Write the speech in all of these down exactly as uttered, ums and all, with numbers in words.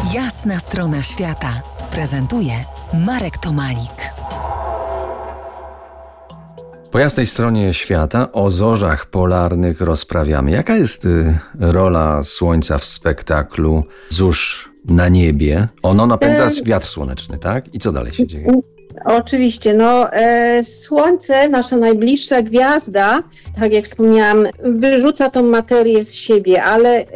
Jasna strona świata prezentuje Marek Tomalik. Po jasnej stronie świata o zorzach polarnych rozprawiamy. Jaka jest y, rola Słońca w spektaklu Zórz na niebie? Ono napędza wiatr słoneczny, tak? I co dalej się dzieje? Oczywiście, no e, Słońce, nasza najbliższa gwiazda, tak jak wspomniałam, wyrzuca tą materię z siebie, ale e,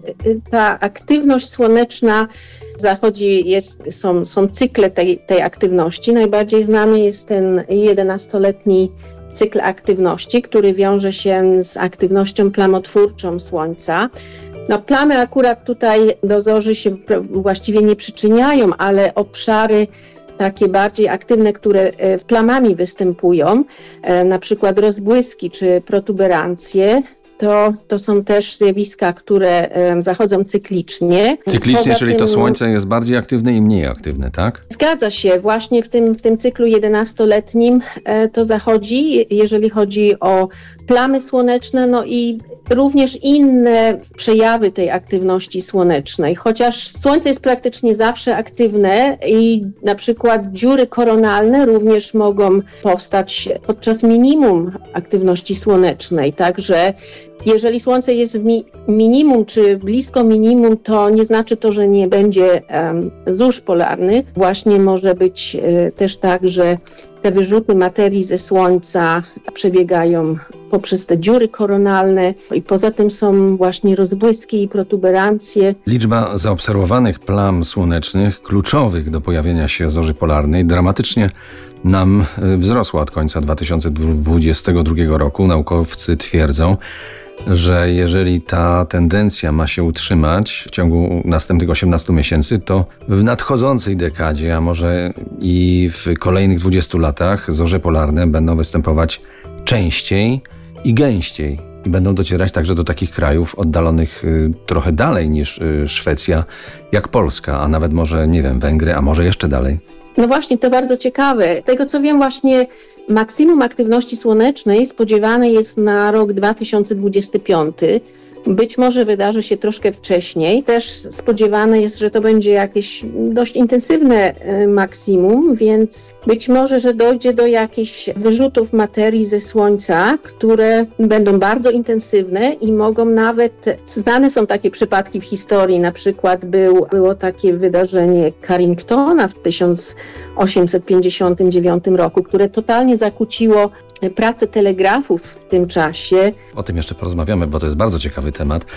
ta aktywność słoneczna zachodzi, jest, są, są cykle tej, tej aktywności. Najbardziej znany jest ten jedenastoletni cykl aktywności, który wiąże się z aktywnością plamotwórczą Słońca. No, plamy akurat tutaj do zorzy się właściwie nie przyczyniają, ale obszary takie bardziej aktywne, które w plamami występują, na przykład rozbłyski czy protuberancje, to, to są też zjawiska, które zachodzą cyklicznie. Cyklicznie, Poza czyli tym, to Słońce jest bardziej aktywne i mniej aktywne, tak? Zgadza się. Właśnie w tym, w tym cyklu jedenastoletnim to zachodzi, jeżeli chodzi o plamy słoneczne, no i również inne przejawy tej aktywności słonecznej. Chociaż Słońce jest praktycznie zawsze aktywne i na przykład dziury koronalne również mogą powstać podczas minimum aktywności słonecznej. Także jeżeli Słońce jest w mi- minimum czy blisko minimum, to nie znaczy to, że nie będzie um, zórz polarnych. Właśnie może być e, też tak, że te wyrzuty materii ze Słońca przebiegają poprzez te dziury koronalne i poza tym są właśnie rozbłyski i protuberancje. Liczba zaobserwowanych plam słonecznych kluczowych do pojawienia się zorzy polarnej dramatycznie nam wzrosła od końca dwa tysiące dwudziestego drugiego roku. Naukowcy twierdzą, że jeżeli ta tendencja ma się utrzymać w ciągu następnych osiemnastu miesięcy, to w nadchodzącej dekadzie, a może i w kolejnych dwudziestu latach zorze polarne będą występować częściej i gęściej. I będą docierać także do takich krajów oddalonych y, trochę dalej niż y, Szwecja, jak Polska, a nawet może, nie wiem, Węgry, a może jeszcze dalej. No właśnie, to bardzo ciekawe. Z tego co wiem, właśnie maksimum aktywności słonecznej spodziewane jest na rok dwa tysiące dwudziesty piąty. Być może wydarzy się troszkę wcześniej. Też spodziewane jest, że to będzie jakieś dość intensywne maksimum, więc być może, że dojdzie do jakichś wyrzutów materii ze Słońca, które będą bardzo intensywne i mogą nawet, znane są takie przypadki w historii, na przykład był, było takie wydarzenie Carringtona w tysiąc osiemset pięćdziesiątym dziewiątym roku, które totalnie zakłóciło pracę telegrafów w tym czasie. O tym jeszcze porozmawiamy, bo to jest bardzo ciekawy temat,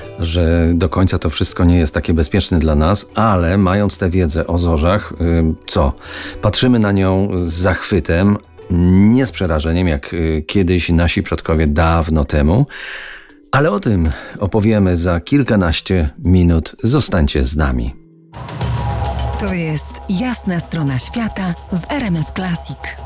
że do końca to wszystko nie jest takie bezpieczne dla nas, ale mając tę wiedzę o zorzach, co? Patrzymy na nią z zachwytem, nie z przerażeniem, jak kiedyś nasi przodkowie dawno temu, ale o tym opowiemy za kilkanaście minut. Zostańcie z nami. To jest Jasna strona świata w R M F Classic.